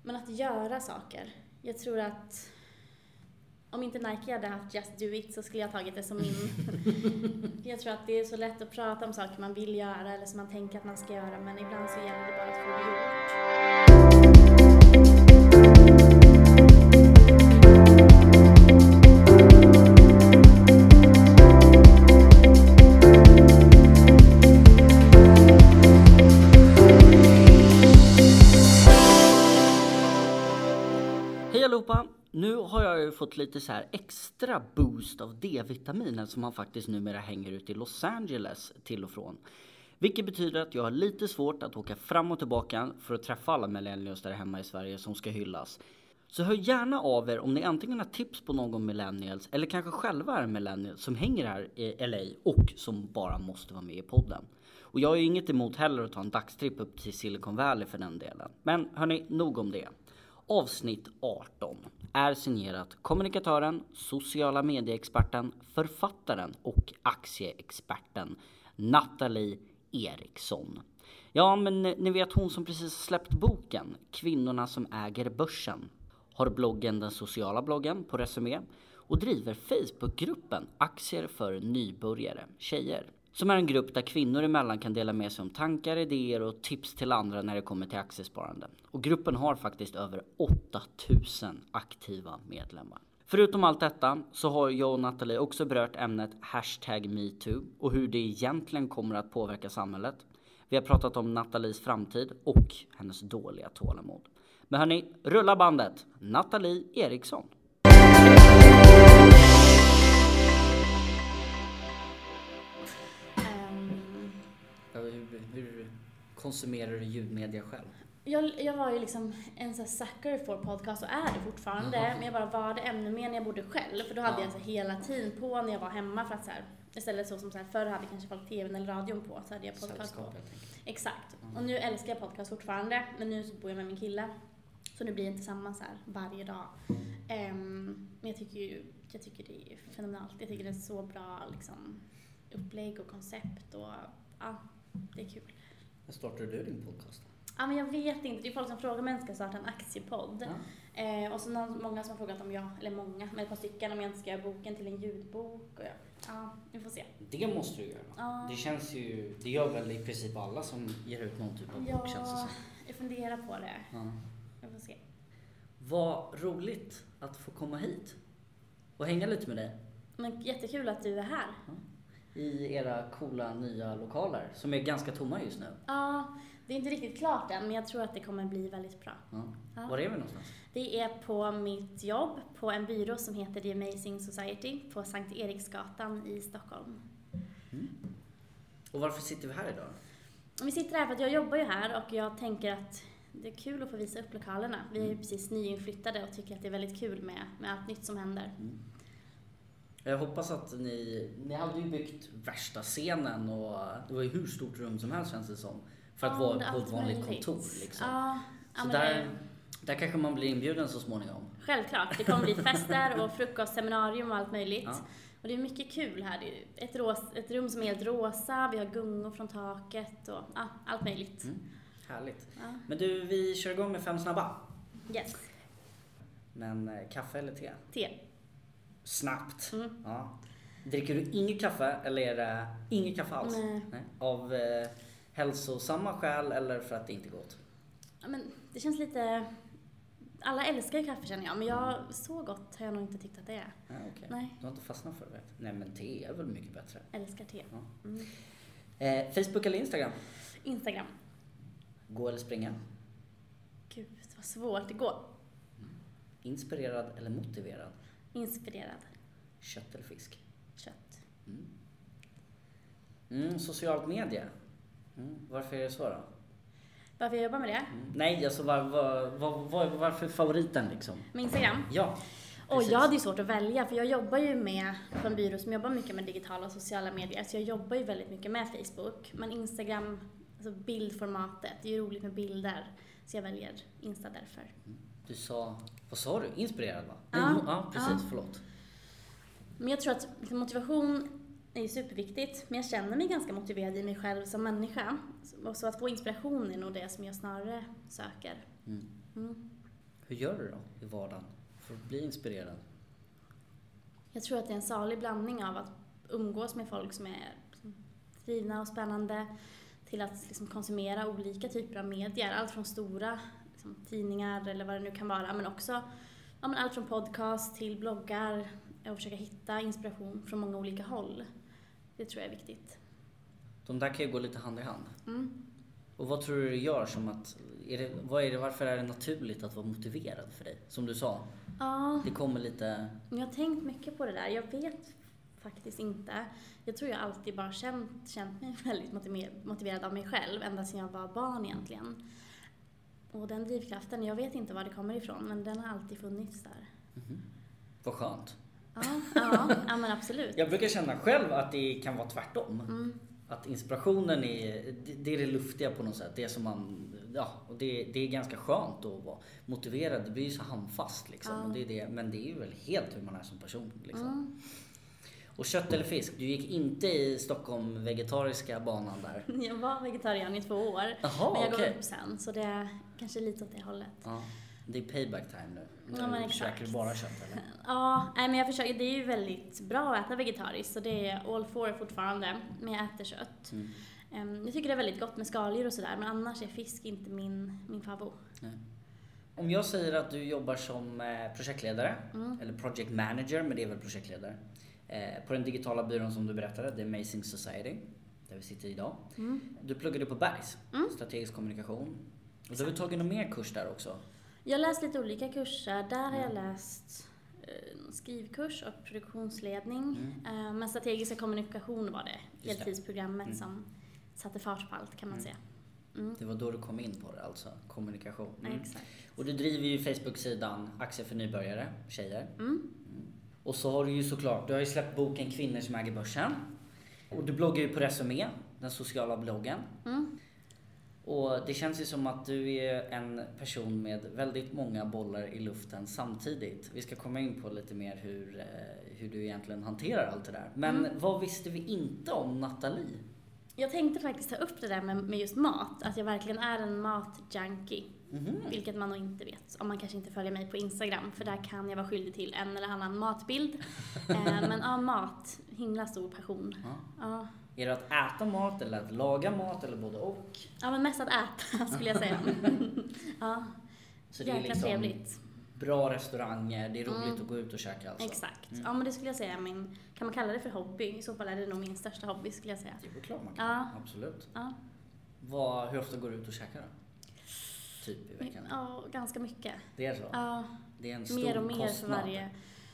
Men att göra saker. Jag tror att om inte Nike hade haft Just Do It så skulle jag tagit det som min. Jag tror att det är så lätt att prata om saker man vill göra eller som man tänker att man ska göra, men ibland så gäller det bara att få det gjort. Hej allihopa! Nu har jag ju fått lite så här extra boost av D-vitaminen som man faktiskt numera hänger ut i Los Angeles till och från. Vilket betyder att jag har lite svårt att åka fram och tillbaka för att träffa alla millennials där hemma i Sverige som ska hyllas. Så hör gärna av er om ni antingen har tips på någon millennials eller kanske själva är millennials som hänger här i LA och som bara måste vara med i podden. Och jag har ju inget emot heller att ta en dagstripp upp till Silicon Valley för den delen. Men hörni, nog om det. Avsnitt 18 är signerat kommunikatören, sociala medieexperten, författaren och aktieexperten Nathalie Eriksson. Ja, men ni vet hon som precis släppt boken Kvinnorna som äger börsen, har bloggen Den sociala bloggen på Resumé och driver Facebookgruppen Aktier för nybörjare tjejer. Som är en grupp där kvinnor emellan kan dela med sig om tankar, idéer och tips till andra när det kommer till aktiesparande. Och gruppen har faktiskt över 8000 aktiva medlemmar. Förutom allt detta så har jag och Nathalie också berört ämnet #MeToo och hur det egentligen kommer att påverka samhället. Vi har pratat om Nathalies framtid och hennes dåliga tålamod. Men hörni, rulla bandet! Nathalie Eriksson. Hur konsumerar du ljudmedia själv? Jag var ju liksom en sån sucker för podcast och är det fortfarande. Men jag bara var det ännu mer när jag bodde själv. För då hade jag så hela tiden på när jag var hemma. För att så här, istället så som så här, förr hade kanske folk tvn eller radion på. Så hade jag podcast på. Exakt. Och nu älskar jag podcast fortfarande. Men nu så bor jag med min kille. Så nu blir det inte samma så här varje dag. Men jag tycker det är fenomenalt. Jag tycker det är så bra liksom, upplägg och koncept. Och ja, det är kul. När startade du din podcast? Ja, men jag vet inte. Det är folk som frågar om jag ska starta en aktiepodd. Ja. Och så många som har frågat om jag, eller många, men ett par stycken om jag inte ska göra boken till en ljudbok. Och ja, vi får se. Det måste du göra. Ja. Det känns ju, det gör väl i princip alla som ger ut någon typ av bok, känns det som. Jag funderar på det. Ja. Vi får se. Vad roligt att få komma hit och hänga lite med dig. Men jättekul att du är här. Ja. I era coola nya lokaler som är ganska tomma just nu. Ja, det är inte riktigt klart än, men jag tror att det kommer bli väldigt bra. Ja. Ja. Var är vi någonstans? Det är på mitt jobb på en byrå som heter The Amazing Society på Sankt Eriksgatan i Stockholm. Mm. Och varför sitter vi här idag? Vi sitter här för att jag jobbar ju här och jag tänker att det är kul att få visa upp lokalerna. Vi är ju precis nyinflyttade och tycker att det är väldigt kul med allt nytt som händer. Mm. Jag hoppas att ni hade ju byggt värsta scenen och det var ju hur stort rum som helst, känns det som. För att vara på ett vanligt kontor liksom. Ja, så där kanske man blir inbjuden så småningom. Självklart, det kommer bli fester och frukost, seminarium och allt möjligt. Ja. Och det är mycket kul här. Det är ett rum som är helt rosa, vi har gungor från taket och allt möjligt. Mm. Härligt. Ja. Men du, vi kör igång med 5 snabba. Yes. Men kaffe eller te? Te. Snabbt. Mm. Ja. Dricker du inget kaffe eller är det inget kaffe alls? Nej. Av hälsosamma skäl eller för att det inte är gott? Ja, men det känns lite... Alla älskar ju kaffe, känner jag. Men så gott har jag nog inte tyckt att det är. Ja, okay. Nej. Du har inte fastnat för det? Nej, men te är väl mycket bättre. Älskar te. Ja. Mm. Facebook eller Instagram? Instagram. Gå eller springa? Gud, vad svårt det går. Inspirerad eller motiverad? Inspirerad. Kött eller fisk? Kött. Socialt media. Varför är det så då? Varför jag jobbar med det? Nej, alltså varför favoriten liksom? Med Instagram? Ja. Och jag hade ju svårt att välja, för jag jobbar ju på en byrå som jobbar mycket med digitala och sociala medier. Så jag jobbar ju väldigt mycket med Facebook. Men Instagram, alltså bildformatet, det är ju roligt med bilder. Så jag väljer Insta därför. Du sa, vad sa du? Inspirerad va? Ja, precis, förlåt. Men jag tror att motivation är superviktigt. Men jag känner mig ganska motiverad i mig själv som människa. Och så att få inspiration är nog det som jag snarare söker. Hur gör du då i vardagen för att bli inspirerad? Jag tror att det är en salig blandning av att umgås med folk som är drivna och spännande till att liksom konsumera olika typer av medier. Allt från stora liksom, tidningar eller vad det nu kan vara, men också allt från podcast till bloggar och försöka hitta inspiration från många olika håll. Det tror jag är viktigt. De där kan ju gå lite hand i hand. Mm. Och vad tror du det gör som att, varför är det naturligt att vara motiverad för dig? Som du sa, det kommer lite... Jag har tänkt mycket på det där. Jag vet faktiskt inte. Jag tror jag alltid bara känt mig väldigt motiverad av mig själv, ända sedan jag var barn egentligen. Och den drivkraften, jag vet inte var det kommer ifrån, men den har alltid funnits där. Mm-hmm. Vad skönt. Ja, men absolut. Jag brukar känna själv att det kan vara tvärtom. Att inspirationen är det luftiga på något sätt. Det som man, och det är ganska skönt att vara motiverad. Det blir ju så handfast liksom. Och men det är ju väl helt hur man är som person liksom. Och kött eller fisk? Du gick inte i Stockholm vegetariska banan där? Jag var vegetarian i 2 år. Aha, men jag går upp sen, så det är kanske lite åt det hållet. Ja, det är payback time nu. Ja, men exakt. Käkar du bara kött eller? Ja, men jag försöker. Det är ju väldigt bra att äta vegetariskt, så det är all for fortfarande. Men jag äter kött. Jag tycker det är väldigt gott med skaldjur och sådär, men annars är fisk inte min favorit. Om jag säger att du jobbar som projektledare, eller project manager, men det är väl projektledare, på den digitala byrån som du berättade, The Amazing Society, där vi sitter idag. Du pluggade på Bergs, strategisk kommunikation. Och du har tagit någon mer kurs där också? Jag har läst lite olika kurser. Där har jag läst skrivkurs och produktionsledning. Men strategiska kommunikation var det heltidsprogrammet som satte fart på allt, kan man säga. Det var då du kom in på det, alltså kommunikation. Exakt. Och du driver ju Facebook-sidan Aktier för nybörjare, tjejer. Och så har du ju såklart, du har ju släppt boken Kvinnor som äger börsen. Och du bloggar ju på Resumé, den sociala bloggen. Och det känns ju som att du är en person med väldigt många bollar i luften samtidigt. Vi ska komma in på lite mer hur du egentligen hanterar allt det där. Men vad visste vi inte om Nathalie? Jag tänkte faktiskt ta upp det där med just mat. Att jag verkligen är en matjunkie. Vilket man nog inte vet om man kanske inte följer mig på Instagram. För där kan jag vara skyldig till en eller annan matbild. Men mat, himla stor passion. Ja. Är det att äta mat eller att laga mat eller både och? Ja, men mest att äta skulle jag säga. Ja, så det är liksom trevligt. Bra restauranger, det är roligt att gå ut och käka alltså. Exakt. Ja, men det skulle jag säga kan man kalla det för hobby? I så fall är det nog min största hobby, skulle jag säga. Det är klart man kan, absolut. Ja. Hur ofta går du ut och käkar då? Typ i veckan? Ja, ganska mycket. Det är så? Ja. Det är en stor mer och mer kostnad. för varje...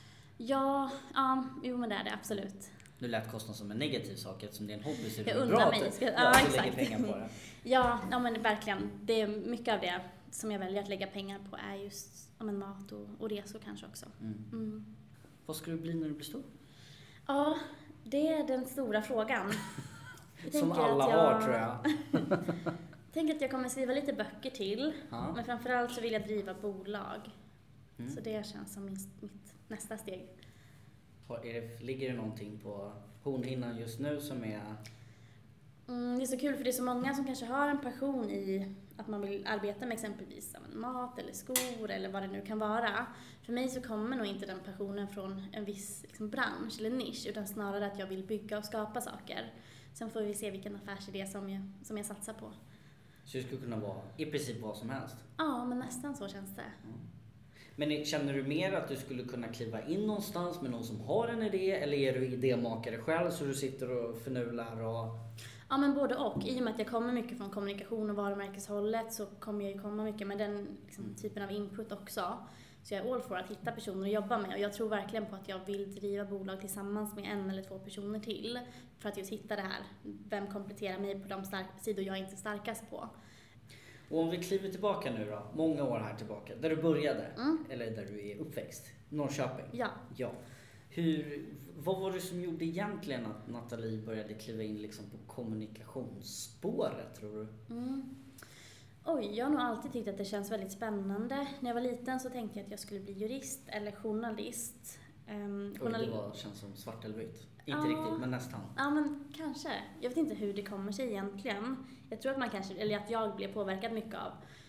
Jo, men det är det absolut. Nu lät kostnad som en negativ sak eftersom det är en hobby, så jag det är undrar bra mig. att du lägger pengar på det. Ja, men verkligen. Det är mycket av det som jag väljer att lägga pengar på är just mat och resor kanske också. Vad ska du bli när du blir stor? Ja, det är den stora frågan. Som alla har, tror jag. Jag tänker att jag kommer skriva lite böcker till. Men framförallt så vill jag driva bolag. Så det känns som mitt nästa steg. Ligger det någonting på hornhinnan just nu som är... Det är så kul för det är så många som kanske har en passion i att man vill arbeta med exempelvis mat eller skor eller vad det nu kan vara. För mig så kommer nog inte den passionen från en viss bransch eller nisch, utan snarare att jag vill bygga och skapa saker. Sen får vi se vilken affärsidé som jag satsar på. Så det skulle kunna vara i princip vad som helst? Ja, men nästan så känns det. Men känner du mer att du skulle kunna kliva in någonstans med någon som har en idé, eller är du idémakare själv så du sitter och förnular och... Ja, men både och. I och med att jag kommer mycket från kommunikation och varumärkeshållet så kommer jag ju komma mycket med den typen av input också. Så jag är all for att hitta personer att jobba med, och jag tror verkligen på att jag vill driva bolag tillsammans med 1 eller 2 personer till för att just hitta det här. Vem kompletterar mig på de sidor jag inte är starkast på. Och om vi kliver tillbaka nu då, många år här tillbaka, där du började, eller där du är uppväxt, Norrköping. Ja. Vad var det som gjorde egentligen att Nathalie började kliva in på kommunikationsspåret, tror du? Jag har nog alltid tyckt att det känns väldigt spännande. När jag var liten så tänkte jag att jag skulle bli jurist eller journalist. Det känns som svart eller vitt. Inte riktigt, men nästan. Ja, men kanske. Jag vet inte hur det kommer sig egentligen. Jag tror att att jag blev påverkad mycket av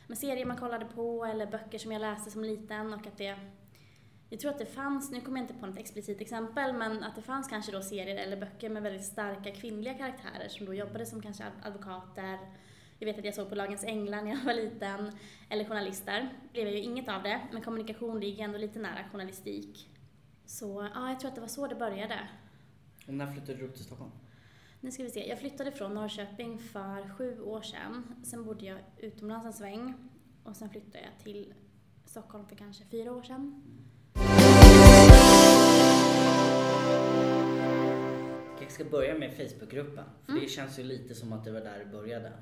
serier man kollade på eller böcker som jag läste som liten, och att jag tror att det fanns, nu kommer jag inte på något explicit exempel, men att det fanns kanske då serier eller böcker med väldigt starka kvinnliga karaktärer som då jobbade som kanske advokater. Jag vet att jag såg på Lagens Änglar när jag var liten, eller journalister. Det blev ju inget av det, men kommunikation ligger ändå lite nära journalistik. Så ja, jag tror att det var så det började. Och när flyttade du upp till Stockholm? Nu ska vi se, jag flyttade från Norrköping för 7 år sedan. Sen bodde jag utomlands en sväng och sen flyttade jag till Stockholm för kanske 4 år sedan. Jag ska börja med Facebookgruppen, för det känns ju lite som att det var där det började.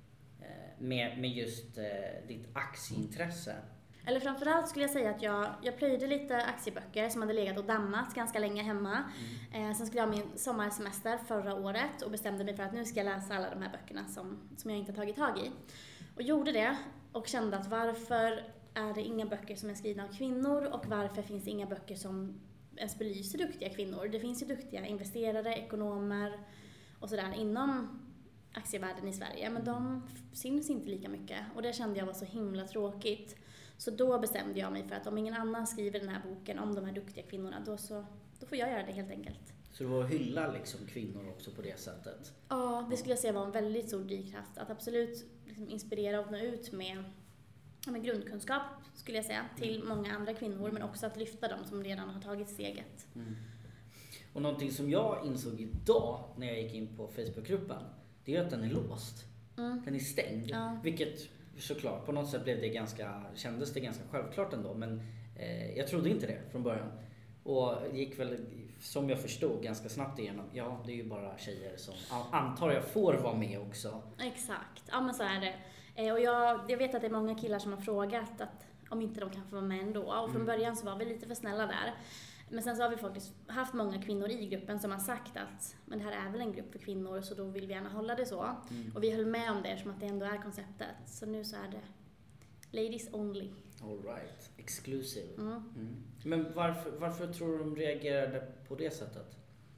Med just ditt aktieintresse. Eller framförallt skulle jag säga att jag plöjde lite aktieböcker som hade legat och dammat ganska länge hemma. Sen skulle jag ha min sommarsemester förra året och bestämde mig för att nu ska jag läsa alla de här böckerna som jag inte tagit tag i. Och gjorde det och kände att varför är det inga böcker som är skrivna av kvinnor och varför finns det inga böcker som ens belyser duktiga kvinnor? Det finns ju duktiga investerare, ekonomer och sådär inom aktievärlden i Sverige, men de syns inte lika mycket och det kände jag var så himla tråkigt. Så då bestämde jag mig för att om ingen annan skriver den här boken om de här duktiga kvinnorna, då får jag göra det helt enkelt. Så det var att hylla liksom kvinnor också på det sättet? Ja, det skulle jag säga var en väldigt stor drivkraft. Att absolut liksom inspirera och nå ut med grundkunskap skulle jag säga till många andra kvinnor, men också att lyfta dem som redan har tagit steget. Och någonting som jag insåg idag när jag gick in på Facebookgruppen, det är att den är låst. Den är stängd. Ja. Vilket såklart på något sätt kändes det ganska självklart ändå, men jag trodde inte det från början. Och gick väl, som jag förstod, ganska snabbt igenom. Ja, det är ju bara tjejer som antar jag får vara med också. Exakt, ja men så är det. Och jag vet att det är många killar som har frågat att om inte de kan få vara med ändå. Och från början så var vi lite för snälla där. Men sen så har vi faktiskt haft många kvinnor i gruppen som har sagt att men det här är väl en grupp för kvinnor så då vill vi gärna hålla det så. Och vi höll med om det som att det ändå är konceptet. Så nu så är det ladies only. All right, exclusive. Men varför tror du de reagerade på det sättet?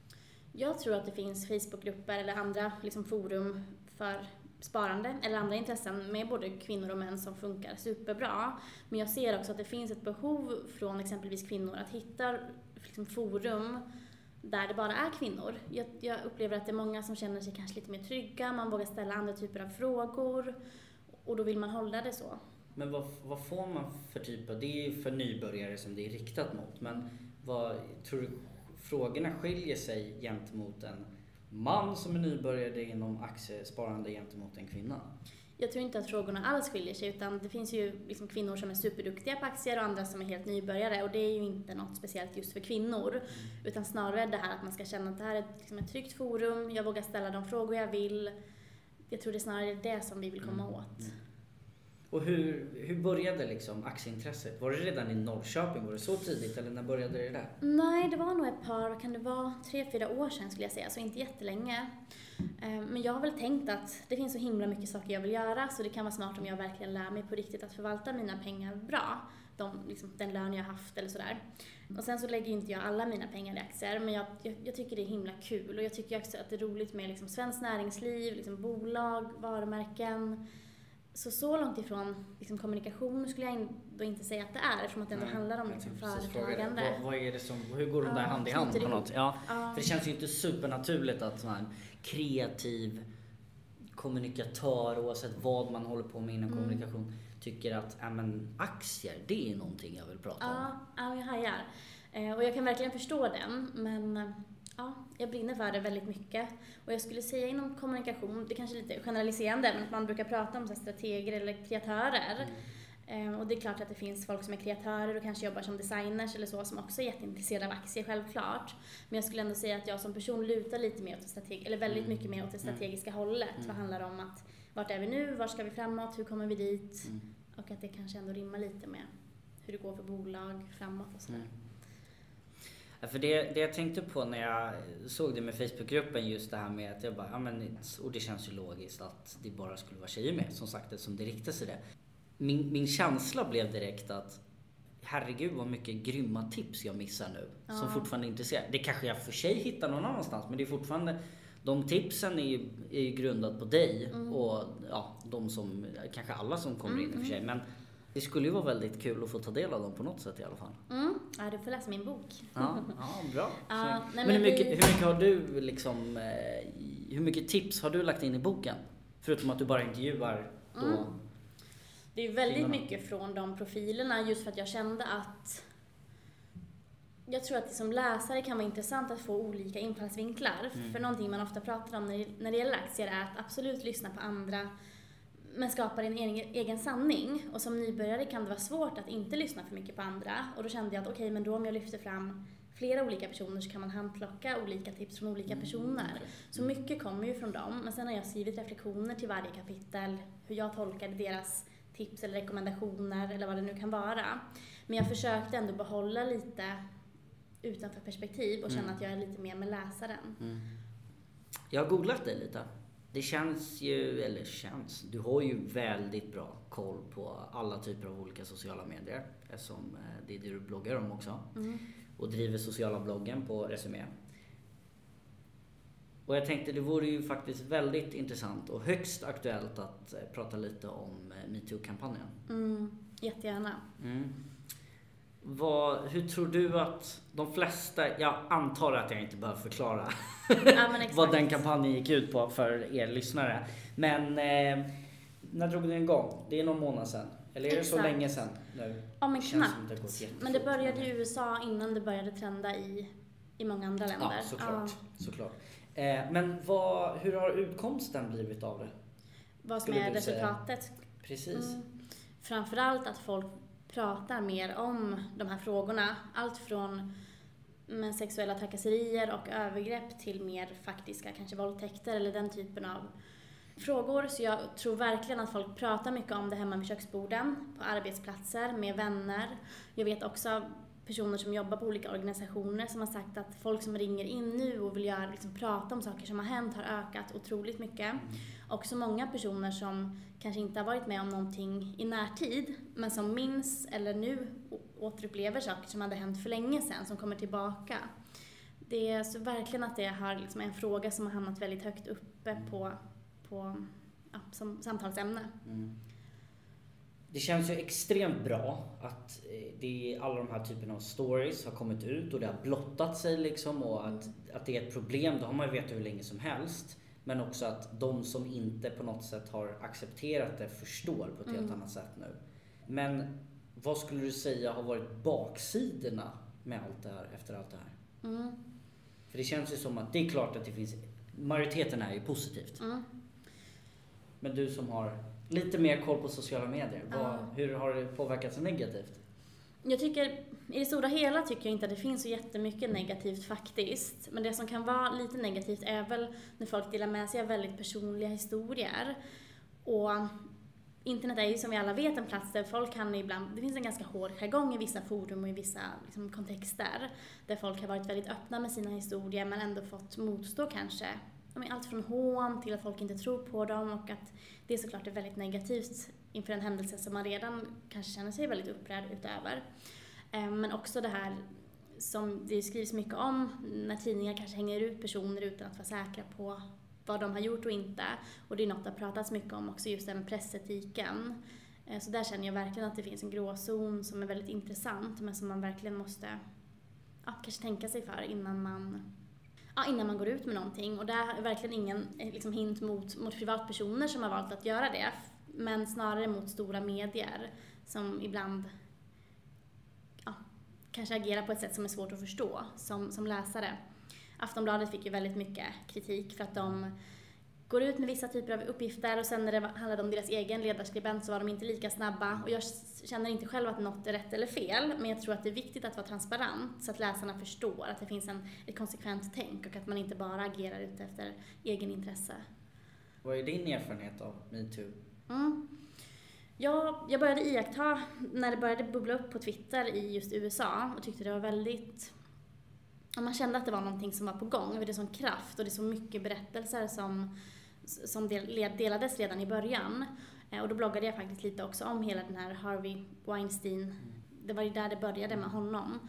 Jag tror att det finns Facebookgrupper eller andra liksom forum för sparande eller andra intressen med både kvinnor och män som funkar superbra. Men jag ser också att det finns ett behov från exempelvis kvinnor att hitta liksom forum där det bara är kvinnor. Jag upplever att det är många som känner sig kanske lite mer trygga, man vågar ställa andra typer av frågor och då vill man hålla det så. Men vad får man för typ av, det är ju för nybörjare som det är riktat mot, men vad tror du frågorna skiljer sig gentemot en man som är nybörjare inom aktiesparande gentemot en kvinna? Jag tror inte att frågorna alls skiljer sig, utan det finns ju liksom kvinnor som är superduktiga på aktier och andra som är helt nybörjare, och det är ju inte något speciellt just för kvinnor, utan snarare det här att man ska känna att det här är liksom ett tryggt forum, jag vågar ställa de frågor jag vill. Jag tror det är snarare det som vi vill komma åt. Och hur började liksom aktieintresset? Var det redan i Norrköping? Var det så tidigt eller när började det där? Nej, det var nog ett par, kan det vara 3-4 år sedan skulle jag säga, så inte jättelänge. Men jag har väl tänkt att det finns så himla mycket saker jag vill göra, så det kan vara smart om jag verkligen lär mig på riktigt att förvalta mina pengar bra. Den lön jag har haft eller sådär. Och sen så lägger inte jag alla mina pengar i aktier, men jag tycker det är himla kul. Och jag tycker också att det är roligt med liksom svenskt näringsliv, liksom bolag, varumärken. Så långt ifrån liksom kommunikation skulle jag då inte säga att det är, eftersom att det ändå handlar om liksom företagande. Vad är det hur går de där hand i hand på något? Ja, för det känns ju inte supernaturligt att sån här kreativ kommunikatör, oavsett vad man håller på med inom kommunikation, tycker att aktier, det är någonting jag vill prata om. Ja, jag hajar. Och jag kan verkligen förstå den, men jag brinner för det väldigt mycket. Och jag skulle säga inom kommunikation, det kanske är lite generaliserande, men att man brukar prata om så strateger eller kreatörer. Och det är klart att det finns folk som är kreatörer och kanske jobbar som designers eller så, som också är jätteintresserade av aktier, självklart. Men jag skulle ändå säga att jag som person lutar lite mer åt väldigt mycket mer åt det strategiska hållet. Vad handlar om att vart är vi nu, var ska vi framåt, hur kommer vi dit? Och att det kanske ändå rimmar lite med hur det går för bolag framåt och sådär. För det jag tänkte på när jag såg det med Facebookgruppen, just det här med att jag bara, och det känns ju logiskt att det bara skulle vara tjejer med, som sagt, som det riktar sig det. Min känsla blev direkt att herregud vad mycket grymma tips jag missar nu, som fortfarande är intresserad. Det kanske jag för sig hittar någon annanstans, men det är fortfarande de tipsen är ju grundat på dig och de som, kanske alla som kommer in i och för sig. Men det skulle ju vara väldigt kul att få ta del av dem på något sätt i alla fall. Ja, du får läsa min bok. Ja, bra. Nej, men hur mycket har du liksom, hur mycket tips har du lagt in i boken? Förutom att du bara intervjuar då. Det är väldigt mycket från de profilerna, just för att jag kände att jag tror att det som läsare kan vara intressant att få olika infallsvinklar. För någonting man ofta pratar om när det gäller aktier är att absolut lyssna på andra, men skapa din egen sanning. Och som nybörjare kan det vara svårt att inte lyssna för mycket på andra. Och då kände jag att men då om jag lyfter fram flera olika personer så kan man handplocka olika tips från olika personer. Så mycket kommer ju från dem. Men sen har jag skrivit reflektioner till varje kapitel, hur jag tolkade deras tips eller rekommendationer eller vad det nu kan vara. Men jag försökte ändå behålla lite utanför perspektiv och känna att jag är lite mer med läsaren. Jag har googlat dig lite. Det känns ju, du har ju väldigt bra koll på alla typer av olika sociala medier, eftersom det är det du bloggar om också. Och driver sociala bloggen på Resumé. Och jag tänkte det vore ju faktiskt väldigt intressant och högst aktuellt att prata lite om MeToo-kampanjen. Jättegärna. Hur tror du att de flesta, jag antar att jag inte behöver förklara vad den kampanjen gick ut på för er lyssnare. Men när drog den igång? Det är någon månad sedan. Eller är det så länge sedan nu? Ja, men knappt. Men det började i USA innan det började trenda i många andra länder. Ja, såklart. Men hur har utkomsten blivit av det? Vad som är resultatet? Precis. Framförallt att folk pratar mer om de här frågorna. Allt från sexuella trakasserier och övergrepp till mer faktiska, kanske våldtäkter eller den typen av frågor. Så jag tror verkligen att folk pratar mycket om det hemma vid köksborden, på arbetsplatser, med vänner. Jag vet också personer som jobbar på olika organisationer som har sagt att folk som ringer in nu och vill prata om saker som har hänt har ökat otroligt mycket. Också många personer som kanske inte har varit med om någonting i närtid, men som minns eller nu återupplever saker som hade hänt för länge sedan, som kommer tillbaka. Det är så verkligen att det har en fråga som har hamnat väldigt högt uppe som samtalsämne. Det känns ju extremt bra att alla de här typerna av stories har kommit ut och det har blottat sig och att det är ett problem, då har man ju vetat hur länge som helst. Men också att de som inte på något sätt har accepterat det förstår på ett helt annat sätt nu. Men vad skulle du säga har varit baksidorna med allt det här, efter allt det här? För det känns ju som att det är klart att det finns, majoriteten är ju positivt. Men du som har lite mer koll på sociala medier, hur har det påverkats negativt? Jag tycker, i det stora hela tycker jag inte att det finns så jättemycket negativt faktiskt. Men det som kan vara lite negativt är väl när folk delar med sig av väldigt personliga historier. Och internet är ju som vi alla vet en plats där folk kan ibland, det finns en ganska hård jargong i vissa forum och i vissa kontexter. Där folk har varit väldigt öppna med sina historier men ändå fått motstå kanske. Allt från hån till att folk inte tror på dem, och att det såklart är väldigt negativt inför en händelse som man redan kanske känner sig väldigt upprörd utöver. Men också det här som det skrivs mycket om, när tidningar kanske hänger ut personer utan att vara säkra på vad de har gjort och inte. Och det är något att pratas mycket om också, just det med pressetiken. Så där känner jag verkligen att det finns en gråzon som är väldigt intressant, men som man verkligen måste kanske tänka sig för innan man går ut med någonting. Och det är verkligen ingen hint mot privatpersoner som har valt att göra det, men snarare mot stora medier som ibland kanske agerar på ett sätt som är svårt att förstå som läsare. Aftonbladet fick ju väldigt mycket kritik för att de går ut med vissa typer av uppgifter och sen när det handlade om deras egen ledarskribent så var de inte lika snabba. Och jag känner inte själv att något är rätt eller fel, men jag tror att det är viktigt att vara transparent så att läsarna förstår att det finns ett konsekvent tänk och att man inte bara agerar ut efter egen intresse. Vad är din erfarenhet av MeToo? Jag började iaktta när det började bubbla upp på Twitter i just USA och tyckte det var väldigt... Man kände att det var någonting som var på gång. Det är sån kraft och det är så mycket berättelser som delades redan i början. Och då bloggade jag faktiskt lite också om hela den här Harvey Weinstein. Det var ju där det började med honom.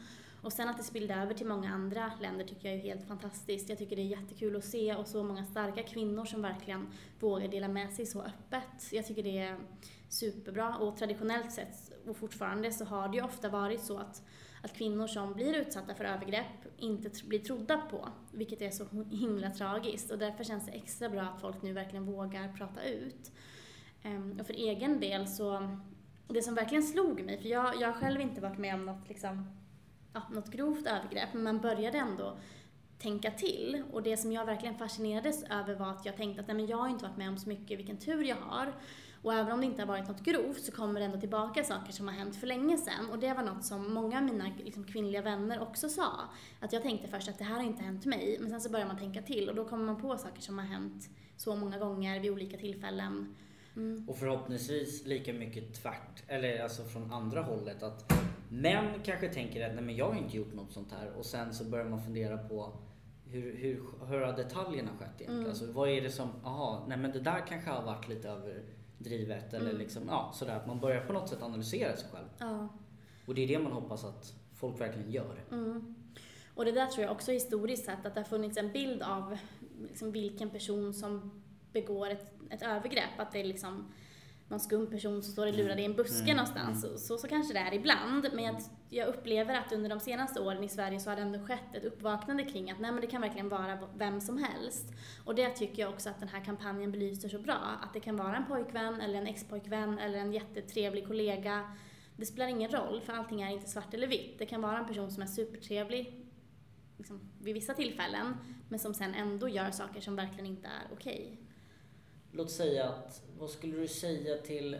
Och sen att det spillde över till många andra länder tycker jag är helt fantastiskt. Jag tycker det är jättekul att se och så många starka kvinnor som verkligen vågar dela med sig så öppet. Jag tycker det är superbra och traditionellt sett och fortfarande så har det ju ofta varit så att kvinnor som blir utsatta för övergrepp inte blir trodda på, vilket är så himla tragiskt. Och därför känns det extra bra att folk nu verkligen vågar prata ut. Och för egen del så, det som verkligen slog mig, för jag har själv inte varit med om något grovt övergrepp, men man började ändå tänka till. Och det som jag verkligen fascinerades över var att jag tänkte att nej, men jag har inte varit med om så mycket, vilken tur jag har. Och även om det inte har varit något grovt så kommer det ändå tillbaka saker som har hänt för länge sedan. Och det var något som många av mina kvinnliga vänner också sa. Att jag tänkte först att det här har inte hänt mig. Men sen så börjar man tänka till och då kommer man på saker som har hänt så många gånger vid olika tillfällen. Och förhoppningsvis lika mycket tvärt, eller alltså från andra hållet, att män kanske tänker att nej, men jag har inte gjort något sånt här, och sen så börjar man fundera på hur har detaljerna skett egentligen? Alltså vad är det som, nej men det där kanske har varit lite överdrivet eller liksom, sådär, att man börjar på något sätt analysera sig själv. Ja. Och det är det man hoppas att folk verkligen gör. Och det där tror jag också historiskt sett att det har funnits en bild av liksom vilken person som begår ett övergrepp, att det är liksom någon skum person som står och lurar i en buske någonstans. Så kanske det är ibland, men jag upplever att under de senaste åren i Sverige så har det ändå skett ett uppvaknande kring att nej, men det kan verkligen vara vem som helst. Och det tycker jag också att den här kampanjen belyser så bra, att det kan vara en pojkvän eller en ex-pojkvän eller en jättetrevlig kollega. Det spelar ingen roll, för allting är inte svart eller vitt. Det kan vara en person som är supertrevlig liksom, vid vissa tillfällen, men som sen ändå gör saker som verkligen inte är okej. Låt säga att, vad skulle du säga till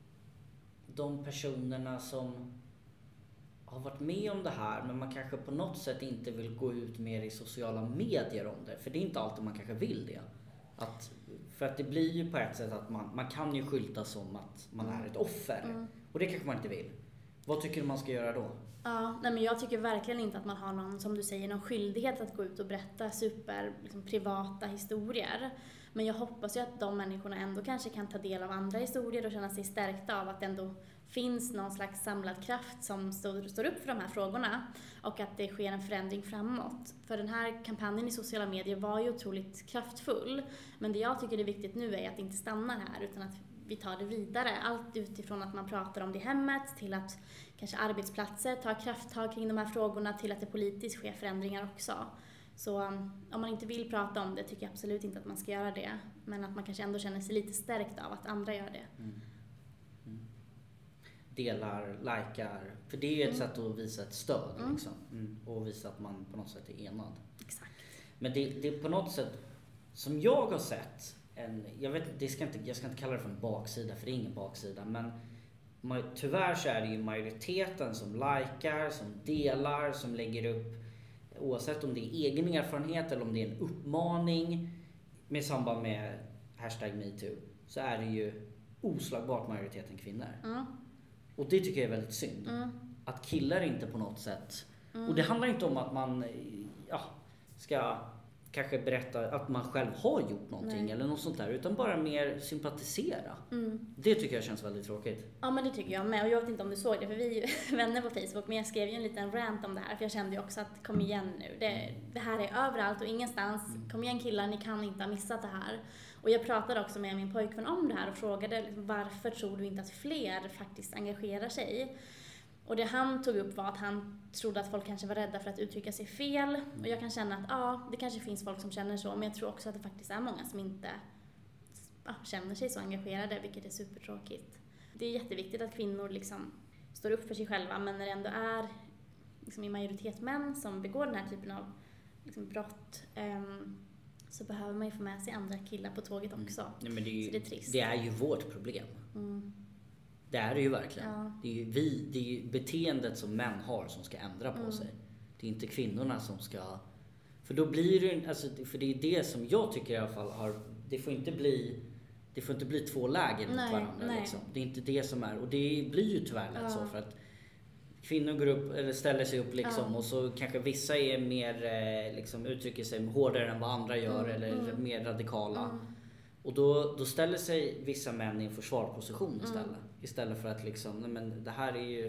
de personerna som har varit med om det här, men man kanske på något sätt inte vill gå ut mer i sociala medier om det, för det är inte alltid man kanske vill det. För att det blir ju på ett sätt att man kan ju skylta som att man är ett offer, och det kanske man inte vill. Vad tycker du man ska göra då? Ja, nej men jag tycker verkligen inte att man har någon, som du säger, någon skyldighet att gå ut och berätta privata historier. Men jag hoppas ju att de människorna ändå kanske kan ta del av andra historier och känna sig stärkta av att det ändå finns någon slags samlad kraft som står upp för de här frågorna och att det sker en förändring framåt. För den här kampanjen i sociala medier var ju otroligt kraftfull, men det jag tycker är viktigt nu är att det inte stannar här utan att vi tar det vidare. Allt utifrån att man pratar om det i hemmet till att kanske arbetsplatser tar krafttag kring de här frågorna till att det politiskt sker förändringar också. Så om man inte vill prata om det tycker jag absolut inte att man ska göra det. Men att man kanske ändå känner sig lite stärkt av att andra gör det. Delar, likar. För det är ju ett sätt att visa ett stöd liksom. Och visa att man på något sätt är enad. Exakt. Men det är på något sätt som jag har sett jag ska inte kalla det för en baksida, för det är ingen baksida, men tyvärr så är det ju majoriteten som likar, som delar, som lägger upp, oavsett om det är egen erfarenhet eller om det är en uppmaning med samband med #MeToo, så är det ju oslagbart majoriteten kvinnor. Och det tycker jag är väldigt synd. Att killar inte på något sätt, och det handlar inte om att man ska kanske berätta att man själv har gjort någonting eller något sånt där, utan bara mer sympatisera. Det tycker jag känns väldigt tråkigt. Ja, men det tycker jag med, och jag vet inte om du såg det, för vi är vänner på Facebook, men jag skrev ju en liten rant om det här, för jag kände ju också att kom igen nu, det här är överallt och ingenstans, kom igen killar, ni kan inte ha missat det här. Och jag pratade också med min pojkvän om det här och frågade liksom, varför tror du inte att fler faktiskt engagerar sig? Och det han tog upp var att han trodde att folk kanske var rädda för att uttrycka sig fel. Och jag kan känna att det kanske finns folk som känner så, men jag tror också att det faktiskt är många som inte känner sig så engagerade, vilket är supertråkigt. Det är jätteviktigt att kvinnor liksom står upp för sig själva, men när det ändå är liksom i majoritet män som begår den här typen av liksom brott, så behöver man ju få med sig andra killar på tåget också. Nej, men så det är trist. Det är ju vårt problem. Det är det ju verkligen. Ja. Det är ju beteendet som män har som ska ändra på sig. Det är inte kvinnorna som ska... För då blir det, alltså, för det är det som jag tycker i alla fall det får inte bli två läger mot varandra. Liksom. Det är inte det som är, och det blir ju tyvärr lätt så, för att kvinnor går upp eller ställer sig upp liksom, och så kanske vissa är mer liksom, uttrycker sig hårdare än vad andra gör eller mer radikala. Och då ställer sig vissa män i en försvarsposition istället för att liksom, nej, men det här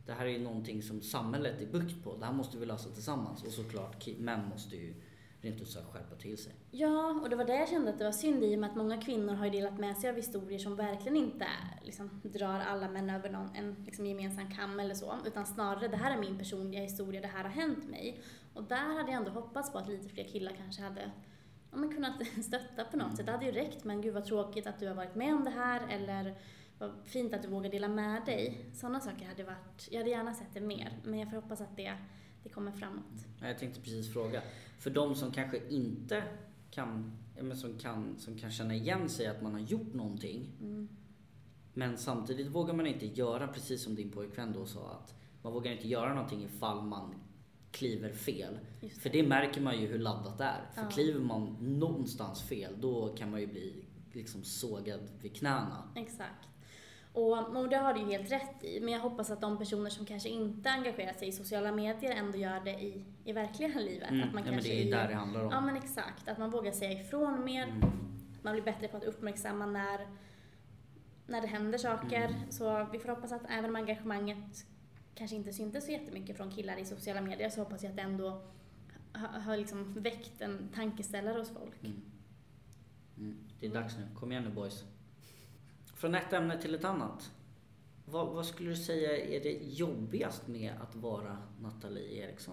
det här är ju någonting som samhället är byggt på. Det här måste vi lösa tillsammans. Och såklart, män måste ju rent ut sagt skärpa till sig. Ja, och det var det jag kände att det var synd i och med att många kvinnor har ju delat med sig av historier som verkligen inte liksom drar alla män över en liksom gemensam kam eller så. Utan snarare, det här är min personliga historia, det här har hänt mig. Och där hade jag ändå hoppats på att lite fler killar kanske hade kunnat stötta på något sätt. Det hade ju räckt, men gud vad tråkigt att du har varit med om det här, eller vad fint att du vågar dela med dig. Sådana saker hade varit, jag hade gärna sett det mer, men jag får hoppas att det kommer framåt. Jag tänkte precis fråga, för de som kanske inte kan, men som kan känna igen sig att man har gjort någonting, men samtidigt vågar man inte göra, precis som din pojkvän då sa, att man vågar inte göra någonting ifall man kliver fel. För det märker man ju hur laddat det är. För kliver man någonstans fel, då kan man ju bli liksom sågad vid knäna. Exakt. Och det har du ju helt rätt i. Men jag hoppas att de personer som kanske inte engagerar sig i sociala medier ändå gör det i verkliga livet. Att man men det är ju där det handlar om. Ja, men exakt. Att man vågar säga ifrån mer. Man blir bättre på att uppmärksamma när det händer saker. Så vi får hoppas att även om engagemanget kanske inte syntes så jättemycket från killar i sociala medier, så hoppas jag att det ändå har liksom väckt en tankeställare hos folk. Det är dags nu. Kom igen nu, boys. Från ett ämne till ett annat. Vad skulle du säga är det jobbigast med att vara Nathalie Eriksson?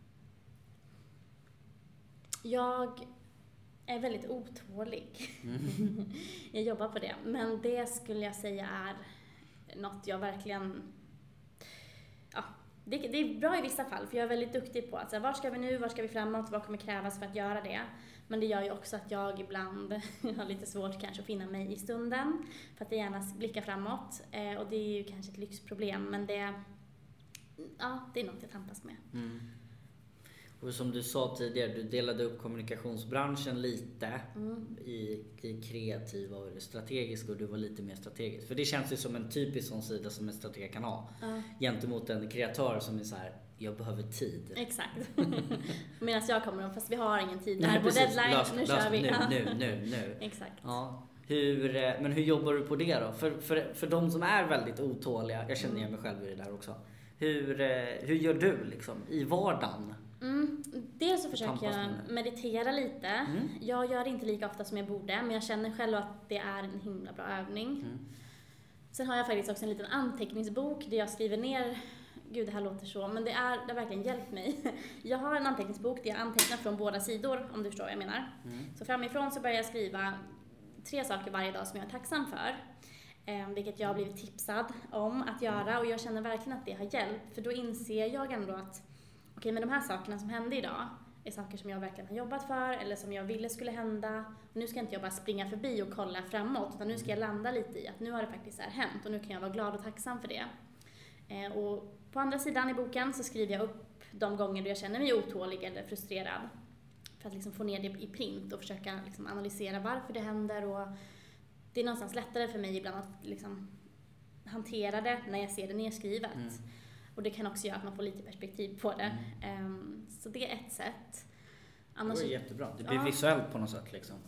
Jag är väldigt otålig. Jag jobbar på det. Men det skulle jag säga är något jag verkligen... Ja, det är bra i vissa fall, för jag är väldigt duktig på att var ska vi nu, var ska vi framåt, vad kommer krävas för att göra det. Men det gör ju också att jag ibland har lite svårt kanske att finna mig i stunden, för att jag gärna blickar framåt. Och det är ju kanske ett lyxproblem, men det är något jag tampas med. Och som du sa tidigare, du delade upp kommunikationsbranschen lite i kreativa och strategiska, och du var lite mer strategisk. För det känns ju som en typisk sån sida som en strateg kan ha. Gentemot en kreatör som är så här: jag behöver tid. Exakt. Medan jag kommer, fast vi har ingen tid. Nej, på deadline, nu kör vi. Nu. Exakt. Ja. Men hur jobbar du på det då? För de som är väldigt otåliga, jag känner igen mig själv i det där också. Hur gör du liksom i vardagen? Dels så försöker jag meditera lite. Jag gör det inte lika ofta som jag borde, men jag känner själv att det är en himla bra övning. Sen har jag faktiskt också en liten anteckningsbok där jag skriver ner, gud det här låter så, men det har verkligen hjälpt mig. Jag har en anteckningsbok där jag antecknar från båda sidor, om du förstår vad jag menar. Så framifrån så börjar jag skriva 3 saker varje dag som jag är tacksam för. Vilket jag har blivit tipsad om att göra, och jag känner verkligen att det har hjälpt. För då inser jag ändå att okej, men de här sakerna som hände idag är saker som jag verkligen har jobbat för, eller som jag ville skulle hända. Och nu ska inte jag bara springa förbi och kolla framåt, utan nu ska jag landa lite i att nu har det faktiskt hänt, och nu kan jag vara glad och tacksam för det. Och på andra sidan i boken så skriver jag upp de gånger då jag känner mig otålig eller frustrerad, för att liksom få ner det i print och försöka liksom analysera varför det händer. Och det är någonstans lättare för mig ibland att liksom hantera det när jag ser det nedskrivet. Och det kan också göra att man får lite perspektiv på det. Så det är ett sätt. Annars... Det är jättebra. Det blir visuellt på något sätt liksom.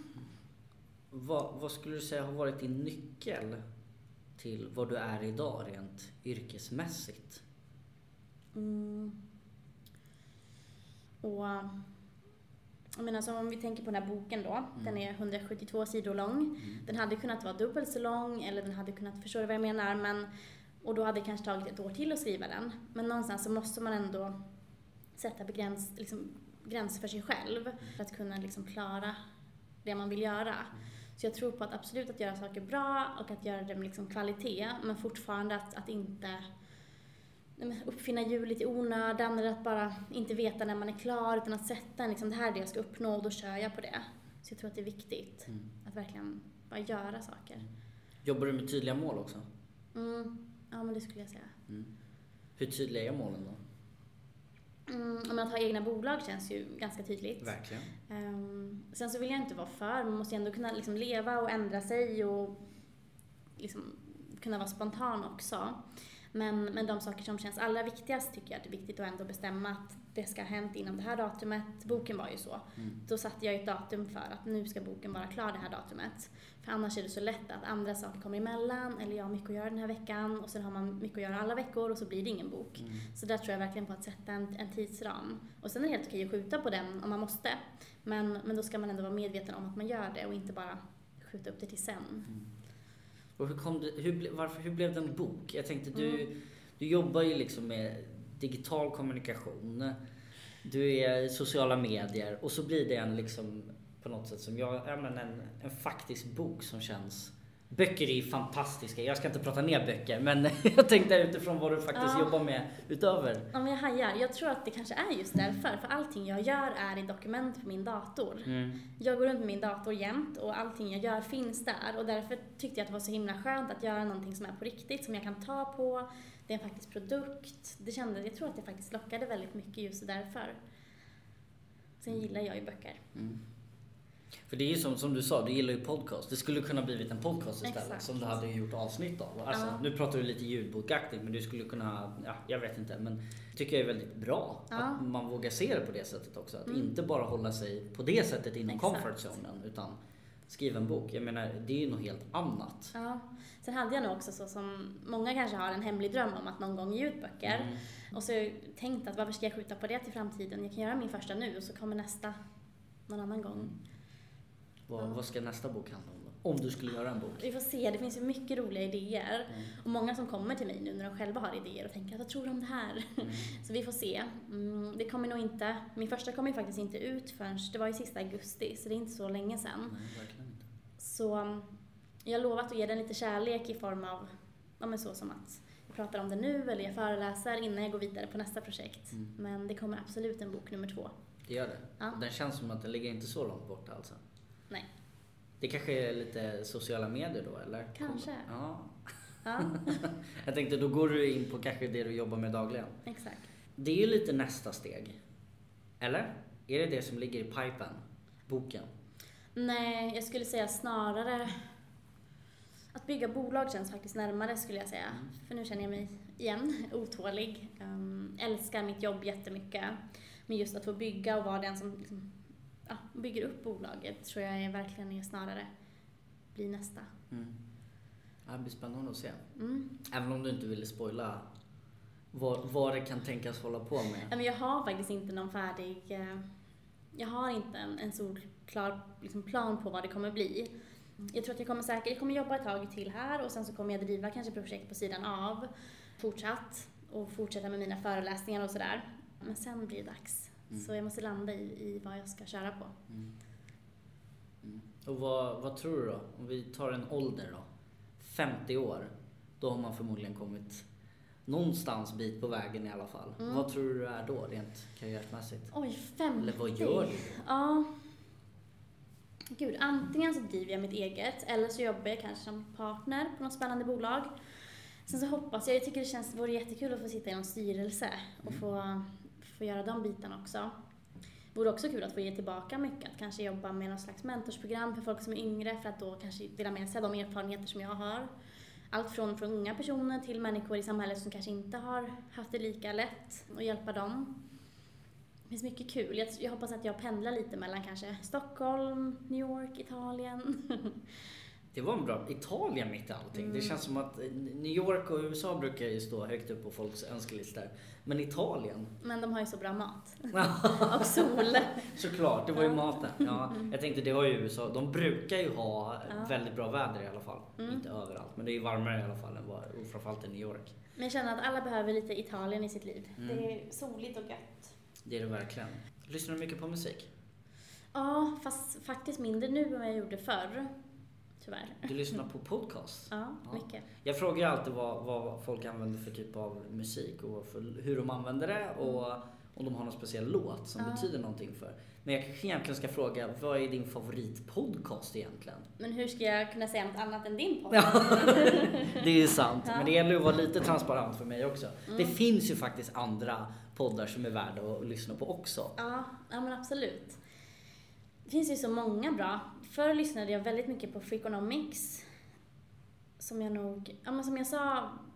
Vad skulle du säga har varit din nyckel till vad du är idag rent yrkesmässigt? Och jag menar, som om vi tänker på den här boken då, den är 172 sidor lång. Den hade kunnat vara dubbelt så lång, eller den hade kunnat, förstå vad jag menar, och då hade det kanske tagit ett år till att skriva den. Men någonstans så måste man ändå sätta gränser för sig själv för att kunna liksom klara det man vill göra. Så jag tror på att absolut att göra saker bra och att göra det med liksom kvalitet, men fortfarande att inte uppfinna hjulet i onödan, eller att bara inte veta när man är klar, utan att sätta liksom, det här är det jag ska uppnå, och då kör jag på det. Så jag tror att det är viktigt att verkligen bara göra saker. Jobbar du med tydliga mål också? Ja, men det skulle jag säga. Hur tydliga är målen då? Om att ha egna bolag känns ju ganska tydligt. Verkligen. Sen så vill jag inte vara man måste ju ändå kunna liksom leva och ändra sig och liksom kunna vara spontan också. Men de saker som känns allra viktigast tycker jag att det är viktigt att ändå bestämma att det ska ha hänt inom det här datumet. Boken var ju så. Då satte jag ett datum för att nu ska boken vara klar det här datumet. För annars är det så lätt att andra saker kommer emellan, eller jag har mycket att göra den här veckan och sen har man mycket att göra alla veckor och så blir det ingen bok. Så där tror jag verkligen på att sätta en tidsram. Och sen är det helt okej att skjuta på den om man måste. Men då ska man ändå vara medveten om att man gör det och inte bara skjuta upp det till sen. Och hur blev det en bok? Jag tänkte, du jobbar ju liksom med digital kommunikation. Du är i sociala medier och så blir det en liksom på något sätt som en faktisk bok som känns. Böcker är fantastiska. Jag ska inte prata ner böcker, men jag tänkte utifrån vad du faktiskt jobbar med utöver. Ja, men jag hajar. Jag tror att det kanske är just därför. För allting jag gör är i dokument på min dator. Jag går runt med min dator jämt och allting jag gör finns där. Och därför tyckte jag att det var så himla skönt att göra någonting som är på riktigt, som jag kan ta på. Det är en faktisk produkt. Jag tror att det faktiskt lockade väldigt mycket just därför. Sen gillar jag ju böcker. För det är ju som du sa, du gillar ju podcast. Det skulle kunna blivit en podcast istället. Exakt. Som du hade gjort avsnitt av. Alltså, nu pratar du lite ljudbokaktigt, men du skulle kunna, jag vet inte, men tycker jag är väldigt bra att man vågar se det på det sättet också. Att inte bara hålla sig på det sättet inom comfort zonen, utan skriva en bok. Jag menar, det är ju något helt annat. Ja. Sen hade jag nog också så som många kanske har en hemlig dröm om att någon gång ge ut böcker. Och så har jag tänkt att varför ska jag skjuta på det till framtiden? Jag kan göra min första nu och så kommer nästa någon annan gång. Vad ska nästa bok handla om då? Om du skulle göra en bok? Vi får se, det finns ju mycket roliga idéer. Och många som kommer till mig nu när de själva har idéer och tänker att vad tror du om det här? Så vi får se. Det kommer nog inte, min första kommer ju faktiskt inte ut förrän, det var ju sista augusti, så det är inte så länge sedan. Nej, verkligen inte. Så jag har lovat att ge den lite kärlek i form av, men så som att jag pratar om det nu eller jag föreläser innan jag går vidare på nästa projekt. Men det kommer absolut en bok nummer 2. Det gör det? Ja. Den känns som att den ligger inte så långt bort alltså. Nej. Det kanske är lite sociala medier då, eller? Kanske. Ja. Ja. Jag tänkte, då går du in på kanske det du jobbar med dagligen. Exakt. Det är ju lite nästa steg. Eller? Är det som ligger i pipen? Boken? Nej, jag skulle säga snarare att bygga bolag känns faktiskt närmare skulle jag säga. För nu känner jag mig igen otålig. Älskar mitt jobb jättemycket. Men just att få bygga och vara den som liksom, bygger upp bolaget tror jag verkligen snarare blir nästa. Det blir spännande att se. Även om du inte ville spoila vad det kan tänkas hålla på med. Men jag har faktiskt inte någon färdig... Jag har inte en solklar liksom, plan på vad det kommer bli. Jag tror att jag kommer jobba ett tag till här och sen så kommer jag driva kanske projekt på sidan av. Fortsätta med mina föreläsningar och sådär. Men sen blir det dags. Så jag måste landa i vad jag ska köra på. Och vad tror du då? Om vi tar en ålder då. 50 år. Då har man förmodligen kommit någonstans bit på vägen i alla fall. Vad tror du är då rent karriärmässigt? Oj, 50. Eller vad gör du? Ja. Gud, antingen så driver jag mitt eget eller så jobbar jag kanske som partner på något spännande bolag. Sen så hoppas jag tycker det vore jättekul att få sitta i någon styrelse och få göra de bitarna också. Det vore också kul att få ge tillbaka mycket, att kanske jobba med någon slags mentorsprogram för folk som är yngre för att då kanske dela med sig av de erfarenheter som jag har. Allt från unga personer till människor i samhället som kanske inte har haft det lika lätt och hjälpa dem. Det finns mycket kul. Jag hoppas att jag pendlar lite mellan kanske Stockholm, New York, Italien. Det var en bra Italien mitt i allting. Det känns som att New York och USA brukar ju stå högt upp på folks önskelistor. Men Italien? Men de har ju så bra mat. Och sol. Såklart, det var ju maten. Ja, jag tänkte det var ju USA. De brukar ju ha väldigt bra väder i alla fall. Inte överallt, men det är ju varmare i alla fall än framförallt i New York. Men jag känner att alla behöver lite Italien i sitt liv. Det är soligt och gött. Det är det verkligen. Lyssnar du mycket på musik? Ja, fast faktiskt mindre nu än vad jag gjorde förr. Tyvärr. Du lyssnar på podcast? Ja, mycket. Jag frågar alltid vad folk använder för typ av musik och hur de använder det och om de har någon speciell låt som betyder någonting för. Men jag kanske egentligen ska fråga, vad är din favoritpodcast egentligen? Men hur ska jag kunna säga något annat än din podcast? Det är ju sant, men det gäller att vara lite transparent för mig också. Det finns ju faktiskt andra poddar som är värda att lyssna på också. Ja men absolut. Det finns ju så många bra. Förr lyssnade jag väldigt mycket på Freakonomics. Som jag sa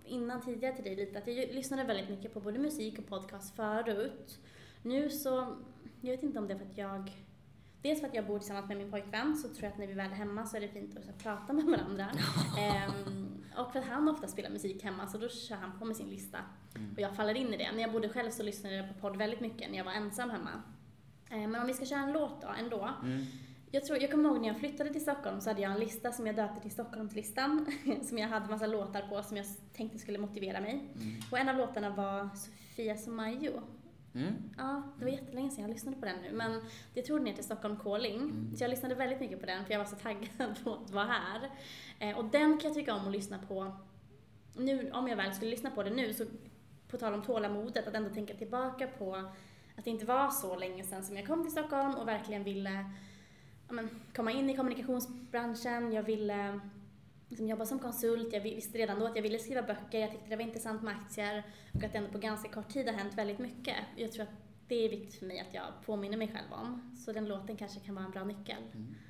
innan tidigare till dig lite att jag lyssnade väldigt mycket på både musik och podcast förut. Nu så, jag vet inte om det är för att dels för att jag bor tillsammans med min pojkvän, så tror jag att när vi väl är hemma så är det fint att så prata med varandra. Och för att han ofta spelar musik hemma, så då kör han på med sin lista. Och jag faller in i det. När jag bodde själv så lyssnade jag på podd väldigt mycket när jag var ensam hemma. Men om vi ska köra en låt då, ändå. Jag kommer ihåg när jag flyttade till Stockholm så hade jag en lista som jag döpte till Stockholmslistan. Som jag hade massa låtar på som jag tänkte skulle motivera mig. Och en av låtarna var Sofia Somayo. Ja, det var jättelänge sedan jag lyssnade på den nu. Men jag tror den heter Stockholm Calling. Så jag lyssnade väldigt mycket på den för jag var så taggad på att vara här. Och den kan jag tycka om att lyssna på nu, om jag väl skulle lyssna på det nu, så på tal om tålamodet, att ändå tänka tillbaka på att det inte var så länge sedan som jag kom till Stockholm och verkligen ville komma in i kommunikationsbranschen. Jag ville jobba som konsult. Jag visste redan då att jag ville skriva böcker. Jag tyckte det var intressant med aktier och att det ändå på ganska kort tid har hänt väldigt mycket. Jag tror att det är viktigt för mig att jag påminner mig själv om. Så den låten kanske kan vara en bra nyckel.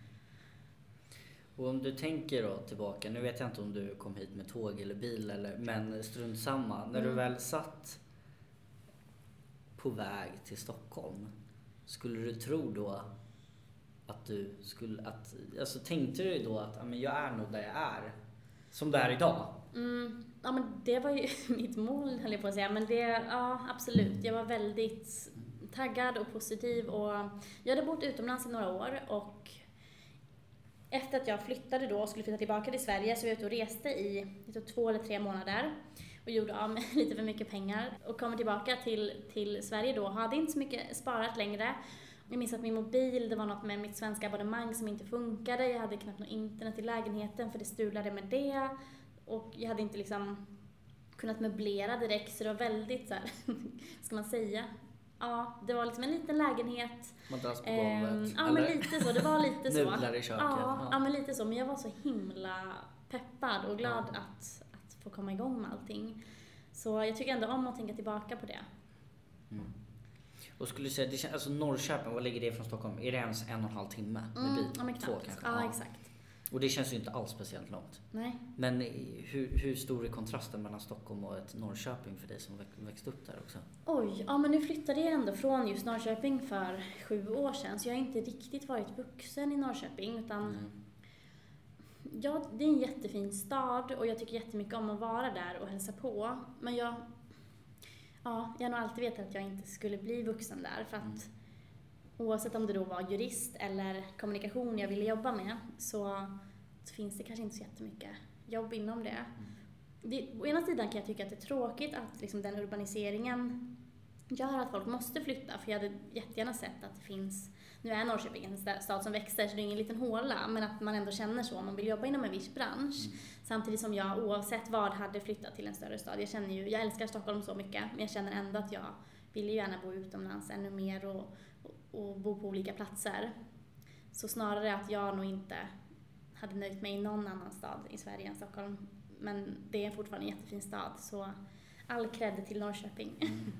Och om du tänker då tillbaka, nu vet jag inte om du kom hit med tåg eller bil, men strunt samma. När du väl satt på väg till Stockholm, skulle du tro då att du skulle, alltså tänkte du då att jag är nog där jag är, som det är idag? Ja, men det var ju mitt mål, höll jag på att säga. Men ja, absolut. Jag var väldigt taggad och positiv. Och jag hade bott utomlands i några år. Och efter att jag flyttade då och skulle flytta tillbaka till Sverige så var jag ute och reste i 2 eller 3 månader. Och gjorde av med lite för mycket pengar. Och kom tillbaka till Sverige då. Hade inte så mycket sparat längre. Jag minns att min mobil, det var något med mitt svenska abonnemang som inte funkade. Jag hade knappt något internet i lägenheten för det strulade med det. Och jag hade inte kunnat möblera direkt, så det var väldigt så här, ska man säga? Ja, det var en liten lägenhet. Madrass på golvet. Ja, men lite så. Det var lite så. Nudlar i köket. Ja, men lite så. Men jag var så himla peppad och glad att få komma igång med allting. Så jag tycker ändå om att tänka tillbaka på det. Och skulle du säga, alltså Norrköping, vad ligger det från Stockholm? Är det ens 1,5 timme med bil? Ja, men knappt. 2 kanske? Ja, exakt. Och det känns ju inte alls speciellt långt. Nej. Men hur stor är kontrasten mellan Stockholm och ett Norrköping för dig som växte upp där också? Oj, ja men nu flyttade jag ändå från just Norrköping för 7 år sedan. Så jag har inte riktigt varit vuxen i Norrköping. Utan ja, det är en jättefin stad och jag tycker jättemycket om att vara där och hälsa på. Men jag har nog alltid vetat att jag inte skulle bli vuxen där. För att oavsett om det då var jurist eller kommunikation jag ville jobba med så finns det kanske inte så jättemycket jobb inom det. Å ena sidan kan jag tycka att det är tråkigt att den urbaniseringen gör att folk måste flytta. För jag hade jättegärna sett att det finns, nu är Norrköping en stad som växer så det är ingen liten håla, men att man ändå känner så om man vill jobba inom en viss bransch. Samtidigt som jag oavsett vad hade flyttat till en större stad. Jag älskar Stockholm så mycket, men jag känner ändå att jag vill ju gärna bo utomlands ännu mer och bo på olika platser. Så snarare att jag nog inte hade nöjt mig i någon annan stad i Sverige än Stockholm. Men det är fortfarande en jättefin stad, så all cred till Norrköping.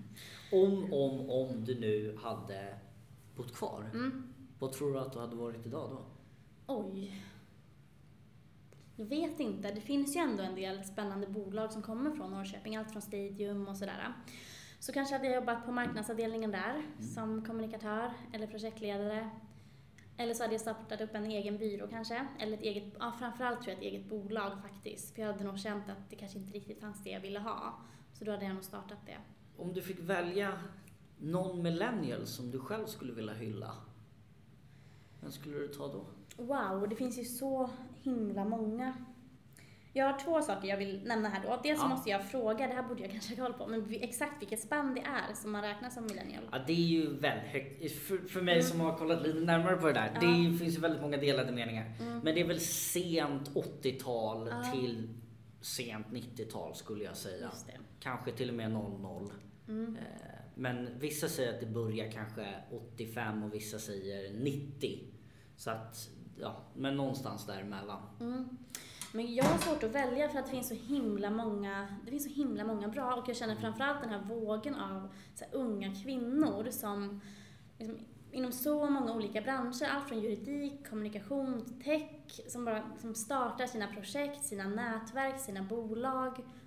Om du nu hade bott kvar, vad tror du att du hade varit idag då? Oj. Jag vet inte. Det finns ju ändå en del spännande bolag som kommer från Norrköping. Allt från Stadium och sådär. Så kanske hade jag jobbat på marknadsavdelningen där som kommunikatör eller projektledare. Eller så hade jag startat upp en egen byrå kanske. Eller ett eget, framförallt tror jag ett eget bolag faktiskt. För jag hade nog känt att det kanske inte riktigt fanns det jag ville ha. Så då hade jag nog startat det. Om du fick välja någon millennial som du själv skulle vilja hylla, vem skulle du ta då? Wow, det finns ju så himla många. Jag har 2 saker jag vill nämna här då. Dels så måste jag fråga, det här borde jag kanske ha koll på, men exakt vilket spann det är som man räknar som millennial. Ja, det är ju väldigt högt. För mig som har kollat lite närmare på det där. Ja. Det finns ju väldigt många delade meningar. Men det är väl sent 80-tal till sent 90-tal skulle jag säga. Kanske till och med 00. Men vissa säger att det börjar kanske 85 och vissa säger 90. Så att, men någonstans däremellan. Men jag har svårt att välja för att det finns så himla många bra, och jag känner framförallt den här vågen av så här, unga kvinnor som inom så många olika branscher, allt från juridik, kommunikation, tech, som startar sina projekt, sina nätverk, sina bolag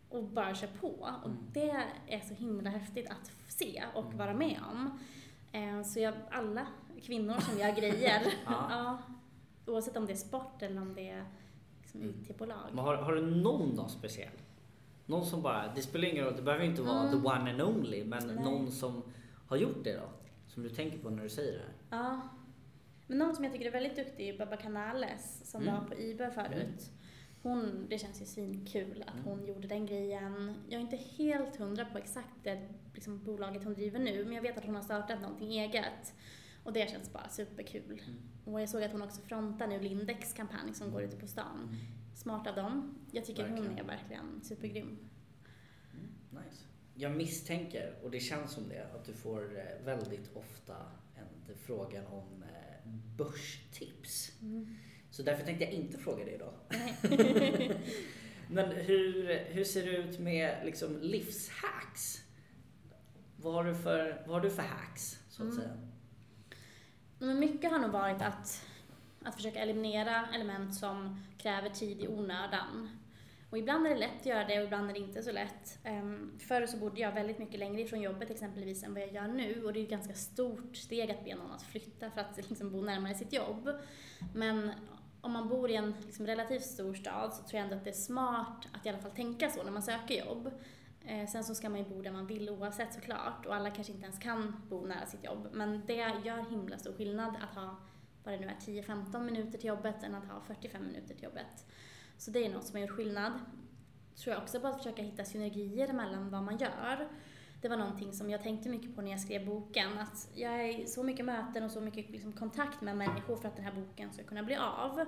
och bara kör på. Och det är så himla häftigt att se och vara med om. Så alla kvinnor som gör grejer, oavsett om det är sport eller om det är liksom IT-bolag. Har du någon då speciell? Någon som bara, det spelar ingen roll, det behöver inte vara the one and only, men någon som har gjort det då? Som du tänker på när du säger det här? Ja, men någon som jag tycker är väldigt duktig är Baba Canales som var på eBay förut. Det känns ju svinkul att hon gjorde den grejen. Jag är inte helt 100 på exakt det liksom, bolaget hon driver nu, men jag vet att hon har startat någonting eget. Och det känns bara superkul. Och jag såg att hon också frontar nu Lindex kampanj som går ute på stan. Smart av dem. Jag tycker hon är verkligen supergrym. Nice. Jag misstänker, och det känns som det, att du får väldigt ofta en frågan om börstips. Så därför tänkte jag inte fråga dig idag. Men hur ser det ut med liksom livshacks? Vad har du för hacks, så att säga? Men mycket har nog varit att försöka eliminera element som kräver tid i onödan. Och ibland är det lätt att göra det och ibland är det inte så lätt. Förr så bodde jag väldigt mycket längre ifrån jobbet exempelvis än vad jag gör nu. Och det är ett ganska stort steg att be någon att flytta för att liksom bo närmare sitt jobb. Men om man bor i en liksom relativt stor stad så tror jag ändå att det är smart att i alla fall tänka så när man söker jobb. Sen så ska man ju bo där man vill oavsett såklart. Och alla kanske inte ens kan bo nära sitt jobb. Men det gör himla stor skillnad att ha, vad det nu är, 10-15 minuter till jobbet än att ha 45 minuter till jobbet. Så det är något som har gjort skillnad. Tror jag också på att försöka hitta synergier mellan vad man gör. Det var någonting som jag tänkte mycket på när jag skrev boken. Att jag är så mycket möten och så mycket liksom kontakt med människor för att den här boken ska kunna bli av.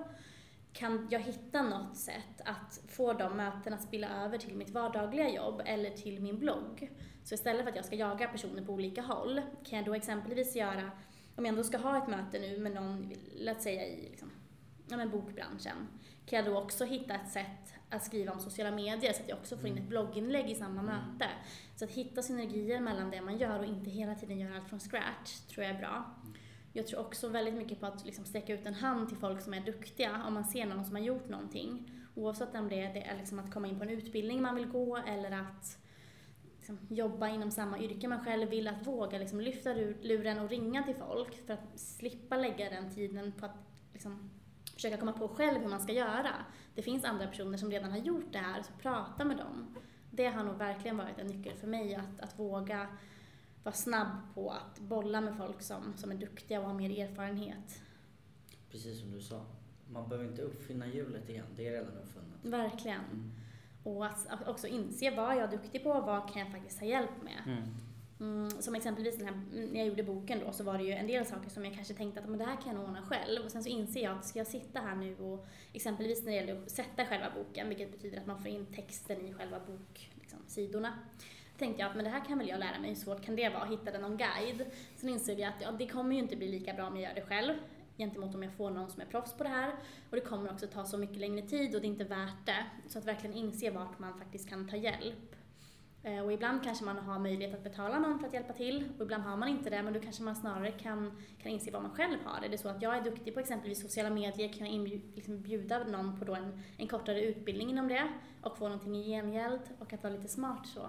Kan jag hitta något sätt att få de möten att spilla över till mitt vardagliga jobb eller till min blogg? Så istället för att jag ska jaga personer på olika håll kan jag då exempelvis göra, om jag ändå ska ha ett möte nu med någon, låt säga i liksom, bokbranschen, kan jag då också hitta ett sätt att skriva om sociala medier så att jag också får in ett blogginlägg i samma möte. Så att hitta synergier mellan det man gör och inte hela tiden göra allt från scratch tror jag är bra. Jag tror också väldigt mycket på att liksom sträcka ut en hand till folk som är duktiga om man ser någon som har gjort någonting. Oavsett om det är liksom att komma in på en utbildning man vill gå eller att liksom jobba inom samma yrke man själv vill, att våga liksom lyfta luren och ringa till folk för att slippa lägga den tiden på att liksom försöka komma på själv hur man ska göra. Det finns andra personer som redan har gjort det här, så prata med dem. Det har nog verkligen varit en nyckel för mig att våga vara snabb på att bolla med folk som är duktiga och har mer erfarenhet. Precis som du sa. Man behöver inte uppfinna hjulet igen, det är redan uppfunnet. Verkligen. Och att också inse vad jag är duktig på och vad kan jag faktiskt ha hjälp med. Som exempelvis när jag gjorde boken då, så var det ju en del saker som jag kanske tänkte att men det här kan jag ordna själv. Och sen så inser jag att ska jag sitta här nu och exempelvis när det gäller att sätta själva boken, vilket betyder att man får in texten i själva sidorna. Tänkte jag att men det här kan väl jag lära mig, hur svårt kan det vara? Hittade någon guide. Sen insåg jag att det kommer ju inte bli lika bra om jag gör det själv gentemot om jag får någon som är proffs på det här. Och det kommer också ta så mycket längre tid och det är inte värt det. Så att verkligen inse vart man faktiskt kan ta hjälp. Och ibland kanske man har möjlighet att betala någon för att hjälpa till. Och ibland har man inte det, men då kanske man snarare kan inse vad man själv har. Är det så att jag är duktig på exempelvis sociala medier, kan jag liksom bjuda någon på då en kortare utbildning inom det. Och få någonting i gengäld och att vara lite smart så.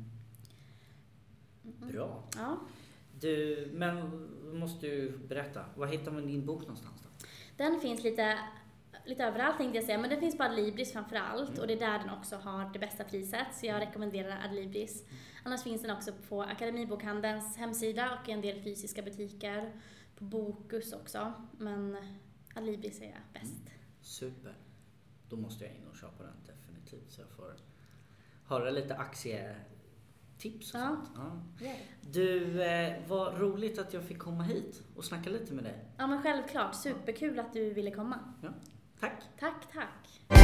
Bra. Ja. Du, men måste du berätta, var hittar man din bok någonstans då? Den finns lite överallt tänkte jag säga, men den finns på Adlibris framför allt och det är där den också har det bästa priset, så jag rekommenderar Adlibris. Annars finns den också på Akademibokhandelns hemsida och i en del fysiska butiker, på Bokus också, men Adlibris är bäst. Super. Då måste jag in och köpa den definitivt så jag får höra lite aktietips och sånt. Ja. Du, vad roligt att jag fick komma hit och snacka lite med dig. Ja, men självklart. Superkul att du ville komma. Ja. Tack. Tack.